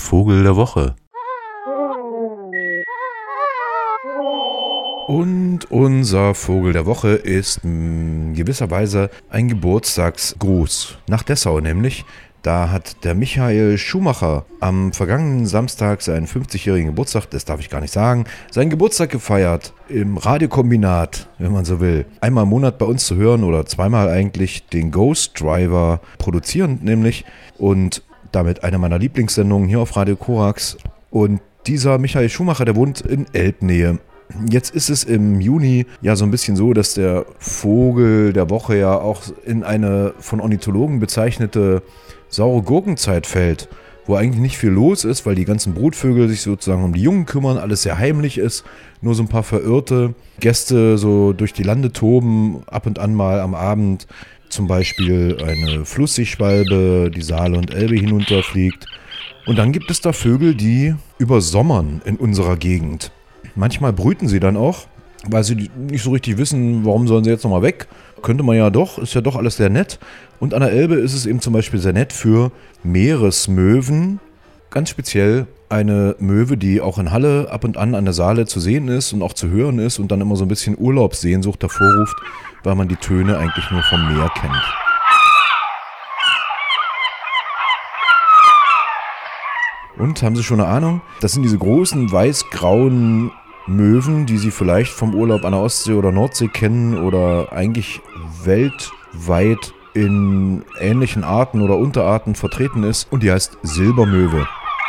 Vogel der Woche. Und unser Vogel der Woche ist in gewisser Weise ein Geburtstagsgruß. Nach Dessau nämlich. Da hat der Michael Schumacher am vergangenen Samstag seinen 50-jährigen Geburtstag, das darf ich gar nicht sagen, seinen Geburtstag gefeiert im Radiokombinat, wenn man so will. Einmal im Monat bei uns zu hören oder zweimal eigentlich den Ghost Driver produzieren nämlich und damit eine meiner Lieblingssendungen hier auf Radio Korax. Und dieser Michael Schumacher, der wohnt in Elbnähe. Jetzt ist es im Juni ja so ein bisschen so, dass der Vogel der Woche ja auch in eine von Ornithologen bezeichnete saure Gurkenzeit fällt, wo eigentlich nicht viel los ist, weil die ganzen Brutvögel sich sozusagen um die Jungen kümmern, alles sehr heimlich ist, nur so ein paar verirrte Gäste so durch die Lande toben, ab und an mal am Abend zum Beispiel eine Flussseeschwalbe die Saale und Elbe hinunterfliegt. Und dann gibt es da Vögel, die übersommern in unserer Gegend. Manchmal brüten sie dann auch, weil sie nicht so richtig wissen, warum sollen sie jetzt nochmal weg. Könnte man ja doch, ist ja doch alles sehr nett. Und an der Elbe ist es eben zum Beispiel sehr nett für Meeresmöwen. Ganz speziell eine Möwe, die auch in Halle ab und an der Saale zu sehen ist und auch zu hören ist und dann immer so ein bisschen Urlaubssehnsucht hervorruft, weil man die Töne eigentlich nur vom Meer kennt. Und haben Sie schon eine Ahnung? Das sind diese großen weiß-grauen Möwen, die Sie vielleicht vom Urlaub an der Ostsee oder Nordsee kennen oder eigentlich weltweit in ähnlichen Arten oder Unterarten vertreten ist. Und die heißt Silbermöwe.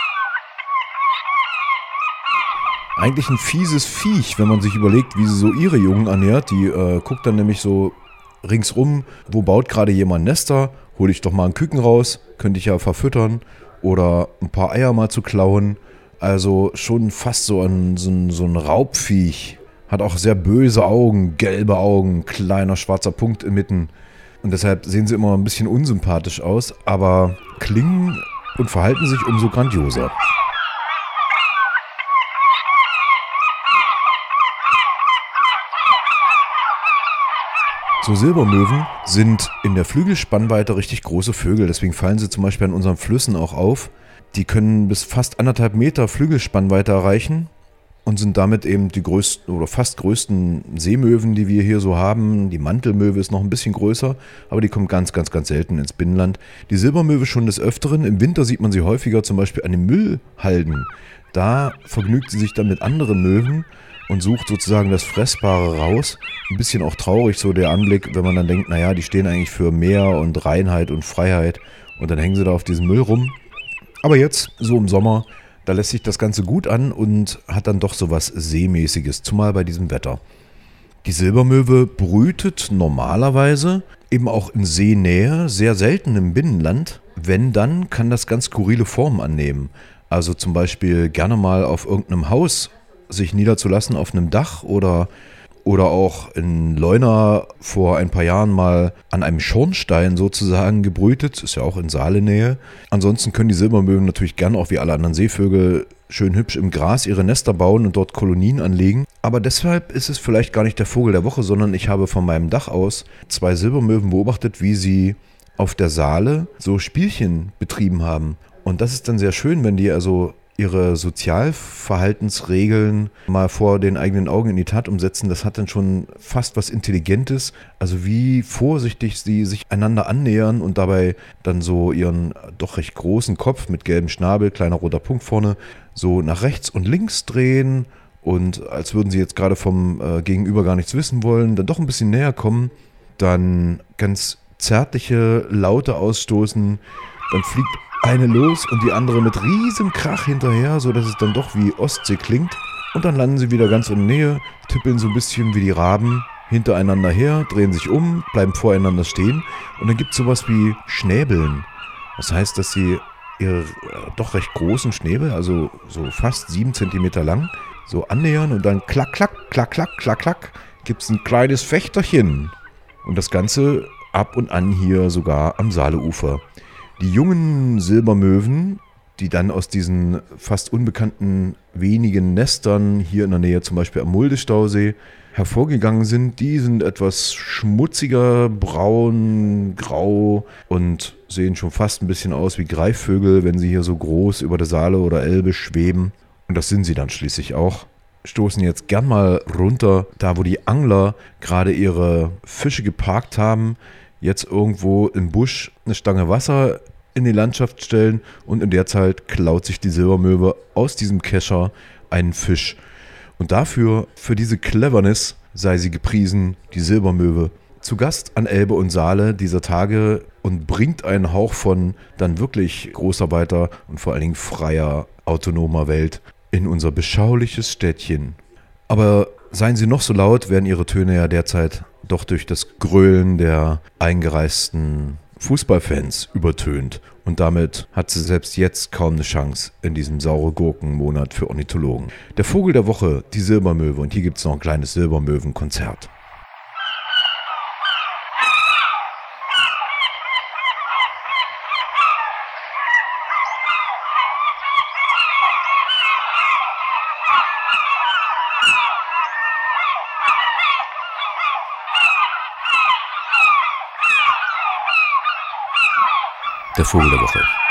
Eigentlich ein fieses Viech, wenn man sich überlegt, wie sie so ihre Jungen ernährt. Die guckt dann nämlich so ringsrum, wo baut gerade jemand Nester? Hol ich doch mal ein Küken raus, könnte ich ja verfüttern. Oder ein paar Eier mal zu klauen. Also schon fast so ein Raubviech. Hat auch sehr böse Augen, gelbe Augen, kleiner schwarzer Punkt inmitten. Und deshalb sehen sie immer ein bisschen unsympathisch aus, aber klingen und verhalten sich umso grandioser. So Silbermöwen sind in der Flügelspannweite richtig große Vögel, deswegen fallen sie zum Beispiel an unseren Flüssen auch auf. Die können bis fast 1,5 Meter Flügelspannweite erreichen und sind damit eben die größten oder fast größten Seemöwen, die wir hier so haben. Die Mantelmöwe ist noch ein bisschen größer, aber die kommt ganz, ganz, ganz selten ins Binnenland. Die Silbermöwe schon des Öfteren. Im Winter sieht man sie häufiger zum Beispiel an den Müllhalden. Da vergnügt sie sich dann mit anderen Möwen und sucht sozusagen das Fressbare raus. Ein bisschen auch traurig so der Anblick, wenn man dann denkt, naja, die stehen eigentlich für Meer und Reinheit und Freiheit und dann hängen sie da auf diesem Müll rum. Aber jetzt, so im Sommer, da lässt sich das Ganze gut an und hat dann doch so was Seemäßiges, zumal bei diesem Wetter. Die Silbermöwe brütet normalerweise eben auch in Seenähe, sehr selten im Binnenland. Wenn dann, kann das ganz skurrile Formen annehmen. Also zum Beispiel gerne mal auf irgendeinem Haus sich niederzulassen, auf einem Dach oder auch in Leuna vor ein paar Jahren mal an einem Schornstein sozusagen gebrütet, ist ja auch in Saalenähe. Ansonsten können die Silbermöwen natürlich gern auch wie alle anderen Seevögel schön hübsch im Gras ihre Nester bauen und dort Kolonien anlegen. Aber deshalb ist es vielleicht gar nicht der Vogel der Woche, sondern ich habe von meinem Dach aus 2 Silbermöwen beobachtet, wie sie auf der Saale so Spielchen betrieben haben. Und das ist dann sehr schön, wenn die also ihre Sozialverhaltensregeln mal vor den eigenen Augen in die Tat umsetzen. Das hat dann schon fast was Intelligentes. Also wie vorsichtig sie sich einander annähern und dabei dann so ihren doch recht großen Kopf mit gelbem Schnabel, kleiner roter Punkt vorne, so nach rechts und links drehen und als würden sie jetzt gerade vom Gegenüber gar nichts wissen wollen, dann doch ein bisschen näher kommen, dann ganz zärtliche Laute ausstoßen, dann fliegt eine los und die andere mit riesem Krach hinterher, sodass es dann doch wie Ostsee klingt. Und dann landen sie wieder ganz in der Nähe, tippeln so ein bisschen wie die Raben hintereinander her, drehen sich um, bleiben voreinander stehen. Und dann gibt es sowas wie Schnäbeln. Das heißt, dass sie ihre doch recht großen Schnäbel, also so fast 7 Zentimeter lang, so annähern und dann klack, klack, klack, klack, klack, klack, gibt es ein kleines Fechterchen. Und das Ganze ab und an hier sogar am Saaleufer. Die jungen Silbermöwen die dann aus diesen fast unbekannten wenigen Nestern hier in der Nähe, zum Beispiel am Mulde-Stausee, hervorgegangen sind. Die sind etwas schmutziger, braun, grau und sehen schon fast ein bisschen aus wie Greifvögel, wenn sie hier so groß über der Saale oder Elbe schweben. Und das sind sie dann schließlich auch. Stoßen jetzt gern mal runter, da wo die Angler gerade ihre Fische geparkt haben, jetzt irgendwo im Busch eine Stange Wasser in die Landschaft stellen und in der Zeit klaut sich die Silbermöwe aus diesem Kescher einen Fisch. Und dafür, für diese Cleverness, sei sie gepriesen, die Silbermöwe, zu Gast an Elbe und Saale dieser Tage und bringt einen Hauch von dann wirklich Großarbeiter und vor allen Dingen freier, autonomer Welt in unser beschauliches Städtchen. Aber seien sie noch so laut, werden ihre Töne ja derzeit doch durch das Gröhlen der eingereisten Fußballfans übertönt. Und damit hat sie selbst jetzt kaum eine Chance in diesem saure Gurkenmonat für Ornithologen. Der Vogel der Woche, die Silbermöwe. Und hier gibt es noch ein kleines Silbermöwenkonzert. Der Vogel der Woche.